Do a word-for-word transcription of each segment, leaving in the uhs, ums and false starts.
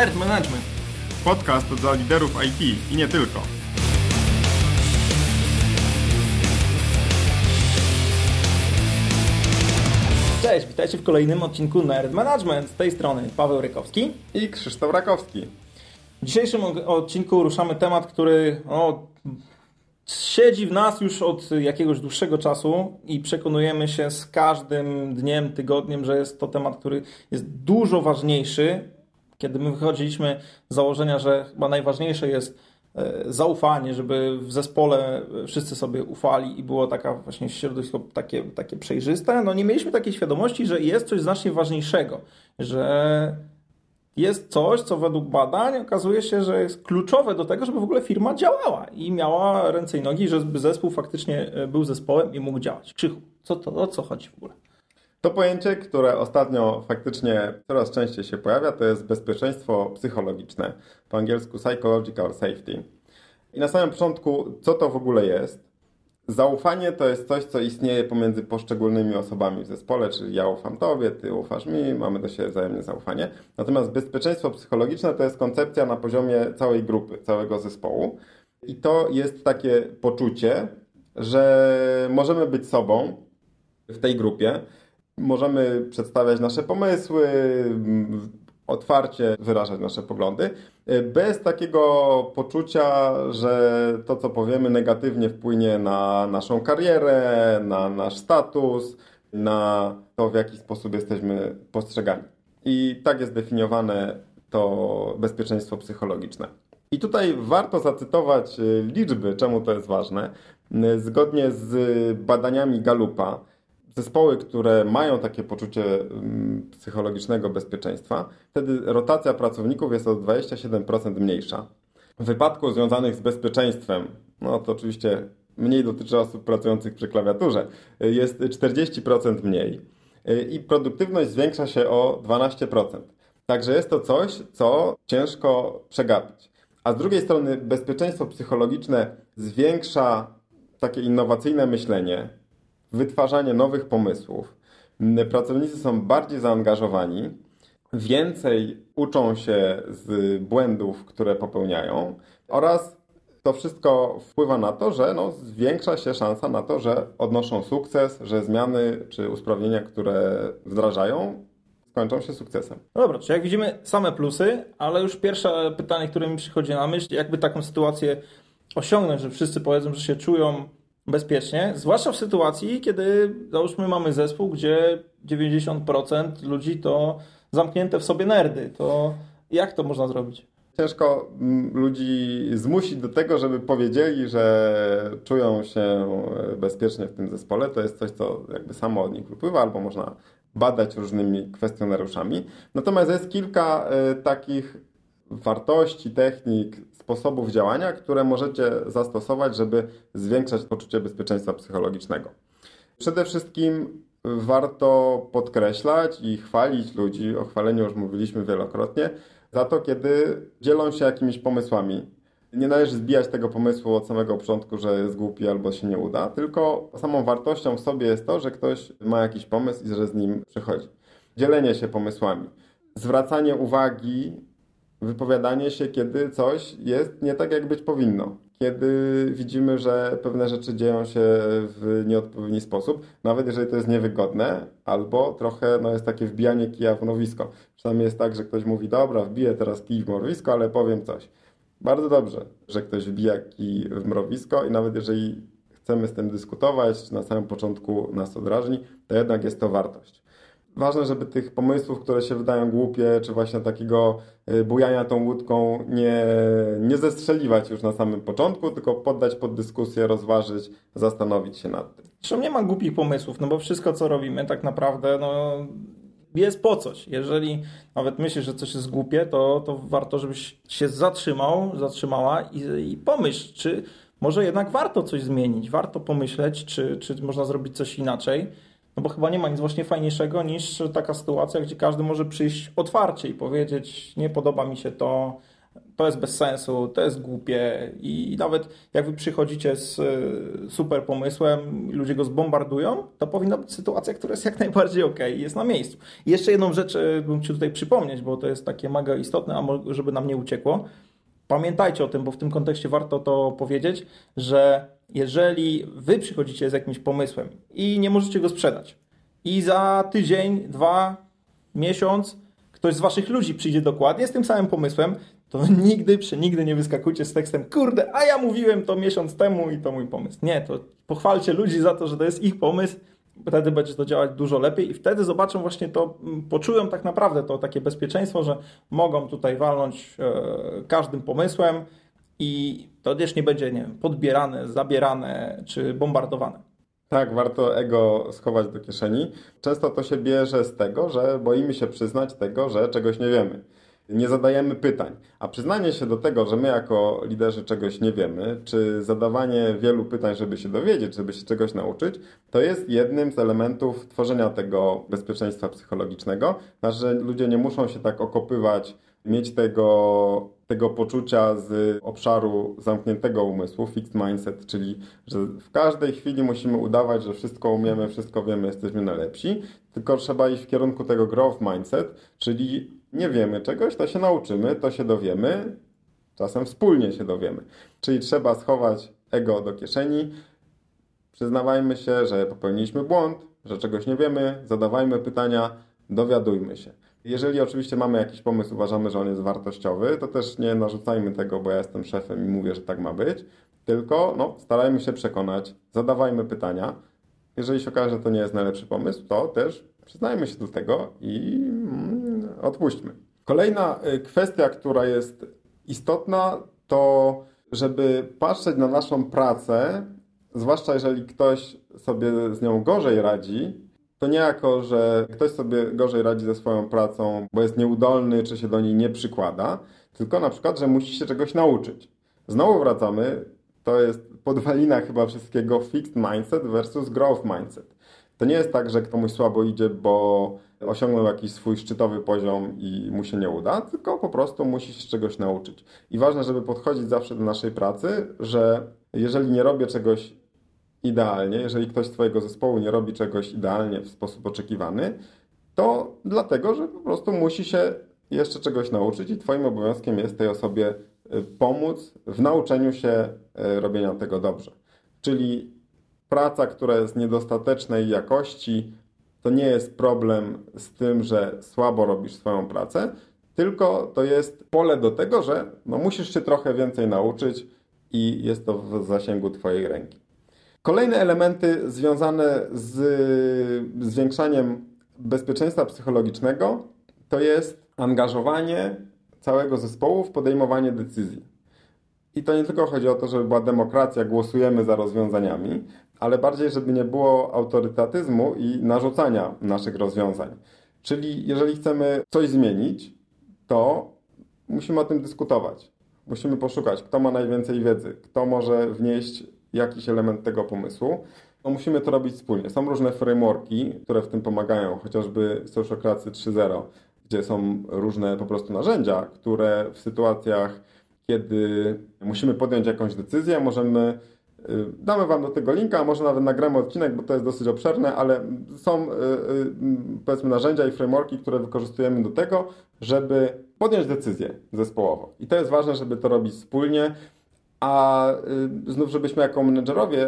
Nerd Management. Podcast dla liderów I T i nie tylko. Cześć, witajcie w kolejnym odcinku Nerd Management. Z tej strony Paweł Rykowski i Krzysztof Rakowski. W dzisiejszym odcinku ruszamy temat, który o, siedzi w nas już od jakiegoś dłuższego czasu i przekonujemy się z każdym dniem, tygodniem, że jest to temat, który jest dużo ważniejszy. Kiedy my wychodziliśmy z założenia, że chyba najważniejsze jest zaufanie, żeby w zespole wszyscy sobie ufali i było taka właśnie środowisko takie, takie przejrzyste, no nie mieliśmy takiej świadomości, że jest coś znacznie ważniejszego, że jest coś, co według badań okazuje się, że jest kluczowe do tego, żeby w ogóle firma działała i miała ręce i nogi, żeby zespół faktycznie był zespołem i mógł działać. Krzychu, co to, o co chodzi w ogóle? To pojęcie, które ostatnio faktycznie coraz częściej się pojawia, to jest bezpieczeństwo psychologiczne, po angielsku psychological safety. I na samym początku, co to w ogóle jest? Zaufanie to jest coś, co istnieje pomiędzy poszczególnymi osobami w zespole, czyli ja ufam tobie, ty ufasz mi, mamy do siebie wzajemne zaufanie. Natomiast bezpieczeństwo psychologiczne to jest koncepcja na poziomie całej grupy, całego zespołu. I to jest takie poczucie, że możemy być sobą w tej grupie, możemy przedstawiać nasze pomysły, otwarcie wyrażać nasze poglądy, bez takiego poczucia, że to, co powiemy, negatywnie wpłynie na naszą karierę, na nasz status, na to, w jaki sposób jesteśmy postrzegani. I tak jest definiowane to bezpieczeństwo psychologiczne. I tutaj warto zacytować liczby, czemu to jest ważne. Zgodnie z badaniami Gallupa, zespoły, które mają takie poczucie psychologicznego bezpieczeństwa, wtedy rotacja pracowników jest o dwadzieścia siedem procent mniejsza. W wypadku związanych z bezpieczeństwem, no to oczywiście mniej dotyczy osób pracujących przy klawiaturze, jest czterdzieści procent mniej i produktywność zwiększa się o dwanaście procent. Także jest to coś, co ciężko przegapić. A z drugiej strony bezpieczeństwo psychologiczne zwiększa takie innowacyjne myślenie, wytwarzanie nowych pomysłów. Pracownicy są bardziej zaangażowani, więcej uczą się z błędów, które popełniają oraz to wszystko wpływa na to, że no, zwiększa się szansa na to, że odnoszą sukces, że zmiany czy usprawnienia, które wdrażają, skończą się sukcesem. No dobra, czyli jak widzimy same plusy, ale już pierwsze pytanie, które mi przychodzi na myśl, jakby taką sytuację osiągnąć, że wszyscy powiedzą, że się czują bezpiecznie, zwłaszcza w sytuacji, kiedy załóżmy mamy zespół, gdzie dziewięćdziesiąt procent ludzi to zamknięte w sobie nerdy, to jak to można zrobić? Ciężko ludzi zmusić do tego, żeby powiedzieli, że czują się bezpiecznie w tym zespole. To jest coś, co jakby samo od nich wypływa, albo można badać różnymi kwestionariuszami. Natomiast jest kilka takich wartości, technik, sposobów działania, które możecie zastosować, żeby zwiększać poczucie bezpieczeństwa psychologicznego. Przede wszystkim warto podkreślać i chwalić ludzi, o chwaleniu już mówiliśmy wielokrotnie, za to, kiedy dzielą się jakimiś pomysłami. Nie należy zbijać tego pomysłu od samego początku, że jest głupi albo się nie uda, tylko samą wartością w sobie jest to, że ktoś ma jakiś pomysł i że z nim przychodzi. Dzielenie się pomysłami, zwracanie uwagi, wypowiadanie się, kiedy coś jest nie tak, jak być powinno. Kiedy widzimy, że pewne rzeczy dzieją się w nieodpowiedni sposób, nawet jeżeli to jest niewygodne, albo trochę no, jest takie wbijanie kija w mrowisko. Czasami jest tak, że ktoś mówi, dobra, wbiję teraz kij w mrowisko, ale powiem coś. Bardzo dobrze, że ktoś wbija kij w mrowisko i nawet jeżeli chcemy z tym dyskutować, czy na samym początku nas to drażni, to jednak jest to wartość. Ważne, żeby tych pomysłów, które się wydają głupie, czy właśnie takiego bujania tą łódką nie, nie zestrzeliwać już na samym początku, tylko poddać pod dyskusję, rozważyć, zastanowić się nad tym. Zresztą nie ma głupich pomysłów, no bo wszystko, co robimy tak naprawdę, no jest po coś. Jeżeli nawet myślisz, że coś jest głupie, to, to warto, żebyś się zatrzymał, zatrzymała i, i pomyśl, czy może jednak warto coś zmienić, warto pomyśleć, czy, czy można zrobić coś inaczej. No bo chyba nie ma nic właśnie fajniejszego niż taka sytuacja, gdzie każdy może przyjść otwarcie i powiedzieć, nie podoba mi się to, to jest bez sensu, to jest głupie i nawet jak wy przychodzicie z super pomysłem i ludzie go zbombardują, to powinna być sytuacja, która jest jak najbardziej okej i jest na miejscu. I jeszcze jedną rzecz bym ci tutaj przypomnieć, bo to jest takie mega istotne, a żeby nam nie uciekło. Pamiętajcie o tym, bo w tym kontekście warto to powiedzieć, że jeżeli wy przychodzicie z jakimś pomysłem i nie możecie go sprzedać i za tydzień, dwa, miesiąc ktoś z waszych ludzi przyjdzie dokładnie z tym samym pomysłem, to nigdy, przenigdy nie wyskakujcie z tekstem kurde, a ja mówiłem to miesiąc temu i to mój pomysł. Nie, to pochwalcie ludzi za to, że to jest ich pomysł, wtedy będzie to działać dużo lepiej i wtedy zobaczą właśnie to, poczują tak naprawdę to takie bezpieczeństwo, że mogą tutaj walnąć e, każdym pomysłem i to też nie będzie, nie wiem, podbierane, zabierane czy bombardowane. Tak, warto ego schować do kieszeni. Często to się bierze z tego, że boimy się przyznać tego, że czegoś nie wiemy. Nie zadajemy pytań. A przyznanie się do tego, że my jako liderzy czegoś nie wiemy, czy zadawanie wielu pytań, żeby się dowiedzieć, żeby się czegoś nauczyć, to jest jednym z elementów tworzenia tego bezpieczeństwa psychologicznego. Znaczy, że ludzie nie muszą się tak okopywać, mieć tego, tego poczucia z obszaru zamkniętego umysłu, fixed mindset, czyli że w każdej chwili musimy udawać, że wszystko umiemy, wszystko wiemy, jesteśmy najlepsi, tylko trzeba iść w kierunku tego growth mindset, czyli nie wiemy czegoś, to się nauczymy, to się dowiemy, czasem wspólnie się dowiemy. Czyli trzeba schować ego do kieszeni, przyznawajmy się, że popełniliśmy błąd, że czegoś nie wiemy, zadawajmy pytania, dowiadujmy się. Jeżeli oczywiście mamy jakiś pomysł, uważamy, że on jest wartościowy, to też nie narzucajmy tego, bo ja jestem szefem i mówię, że tak ma być, tylko no, starajmy się przekonać, zadawajmy pytania. Jeżeli się okaże, że to nie jest najlepszy pomysł, to też przyznajmy się do tego i mm, odpuśćmy. Kolejna kwestia, która jest istotna, to żeby patrzeć na naszą pracę, zwłaszcza jeżeli ktoś sobie z nią gorzej radzi, to nie jako, że ktoś sobie gorzej radzi ze swoją pracą, bo jest nieudolny, czy się do niej nie przykłada, tylko na przykład, że musi się czegoś nauczyć. Znowu wracamy, to jest podwalina chyba wszystkiego, fixed mindset versus growth mindset. To nie jest tak, że komuś słabo idzie, bo osiągnął jakiś swój szczytowy poziom i mu się nie uda, tylko po prostu musi się czegoś nauczyć. I ważne, żeby podchodzić zawsze do naszej pracy, że jeżeli nie robię czegoś idealnie, jeżeli ktoś z twojego zespołu nie robi czegoś idealnie w sposób oczekiwany, to dlatego, że po prostu musi się jeszcze czegoś nauczyć i twoim obowiązkiem jest tej osobie pomóc w nauczeniu się robienia tego dobrze. Czyli praca, która jest niedostatecznej jakości, to nie jest problem z tym, że słabo robisz swoją pracę, tylko to jest pole do tego, że no musisz się trochę więcej nauczyć i jest to w zasięgu twojej ręki. Kolejne elementy związane z zwiększaniem bezpieczeństwa psychologicznego to jest angażowanie całego zespołu w podejmowanie decyzji. I to nie tylko chodzi o to, żeby była demokracja, głosujemy za rozwiązaniami, ale bardziej, żeby nie było autorytatyzmu i narzucania naszych rozwiązań. Czyli jeżeli chcemy coś zmienić, to musimy o tym dyskutować. Musimy poszukać, kto ma najwięcej wiedzy, kto może wnieść jakiś element tego pomysłu. No musimy to robić wspólnie. Są różne frameworki, które w tym pomagają, chociażby Sociocracy trzy zero, gdzie są różne po prostu narzędzia, które w sytuacjach, kiedy musimy podjąć jakąś decyzję, możemy, damy wam do tego linka, a może nawet nagramy odcinek, bo to jest dosyć obszerne, ale są powiedzmy narzędzia i frameworki, które wykorzystujemy do tego, żeby podjąć decyzję zespołowo. I to jest ważne, żeby to robić wspólnie, a znów, żebyśmy jako menedżerowie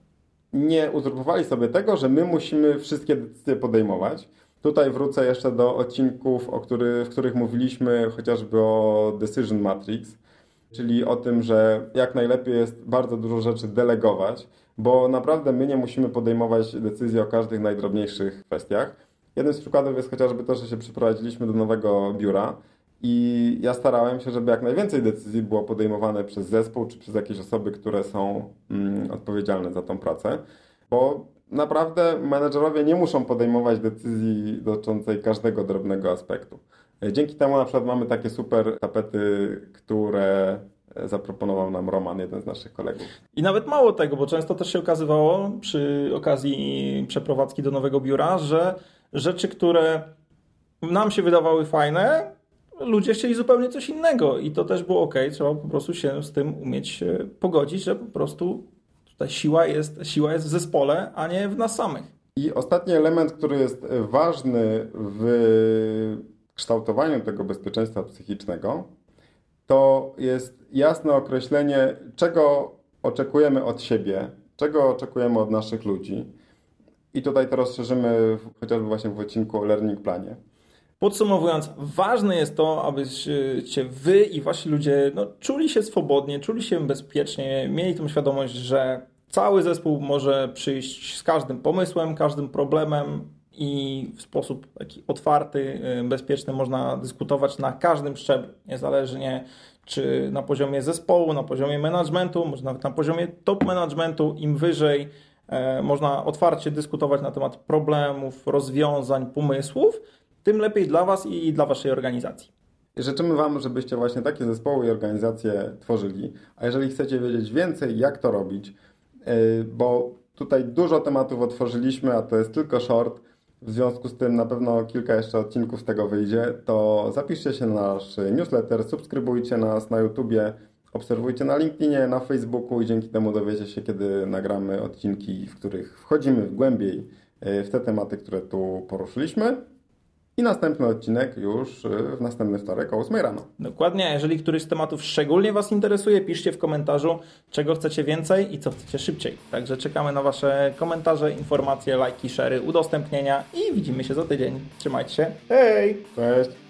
nie uzurpowali sobie tego, że my musimy wszystkie decyzje podejmować. Tutaj wrócę jeszcze do odcinków, o który, w których mówiliśmy chociażby o Decision Matrix, czyli o tym, że jak najlepiej jest bardzo dużo rzeczy delegować, bo naprawdę my nie musimy podejmować decyzji o każdych najdrobniejszych kwestiach. Jednym z przykładów jest chociażby to, że się przeprowadziliśmy do nowego biura i ja starałem się, żeby jak najwięcej decyzji było podejmowane przez zespół czy przez jakieś osoby, które są mm, odpowiedzialne za tą pracę, bo naprawdę menedżerowie nie muszą podejmować decyzji dotyczącej każdego drobnego aspektu. Dzięki temu na przykład mamy takie super tapety, które zaproponował nam Roman, jeden z naszych kolegów. I nawet mało tego, bo często też się okazywało przy okazji przeprowadzki do nowego biura, że rzeczy, które nam się wydawały fajne, ludzie chcieli zupełnie coś innego i to też było ok. Trzeba po prostu się z tym umieć pogodzić, że po prostu tutaj siła jest, siła jest w zespole, a nie w nas samych. I ostatni element, który jest ważny w kształtowaniu tego bezpieczeństwa psychicznego, to jest jasne określenie, czego oczekujemy od siebie, czego oczekujemy od naszych ludzi. I tutaj to rozszerzymy chociażby właśnie w odcinku o Learning Planie. Podsumowując, ważne jest to, abyście wy i wasi ludzie no, czuli się swobodnie, czuli się bezpiecznie, mieli tą świadomość, że cały zespół może przyjść z każdym pomysłem, każdym problemem i w sposób taki otwarty, bezpieczny można dyskutować na każdym szczeblu, niezależnie czy na poziomie zespołu, na poziomie managementu, może nawet na poziomie top managementu, im wyżej można otwarcie dyskutować na temat problemów, rozwiązań, pomysłów, tym lepiej dla was i dla waszej organizacji. Życzymy wam, żebyście właśnie takie zespoły i organizacje tworzyli, a jeżeli chcecie wiedzieć więcej, jak to robić, bo tutaj dużo tematów otworzyliśmy, a to jest tylko short, w związku z tym na pewno kilka jeszcze odcinków z tego wyjdzie, to zapiszcie się na nasz newsletter, subskrybujcie nas na YouTubie, obserwujcie na LinkedInie, na Facebooku i dzięki temu dowiecie się, kiedy nagramy odcinki, w których wchodzimy głębiej w te tematy, które tu poruszyliśmy. I następny odcinek już w następny wtorek o ósmej rano. Dokładnie, jeżeli któryś z tematów szczególnie was interesuje, piszcie w komentarzu, czego chcecie więcej i co chcecie szybciej. Także czekamy na wasze komentarze, informacje, lajki, szery, udostępnienia i widzimy się za tydzień. Trzymajcie się. Hej! Cześć!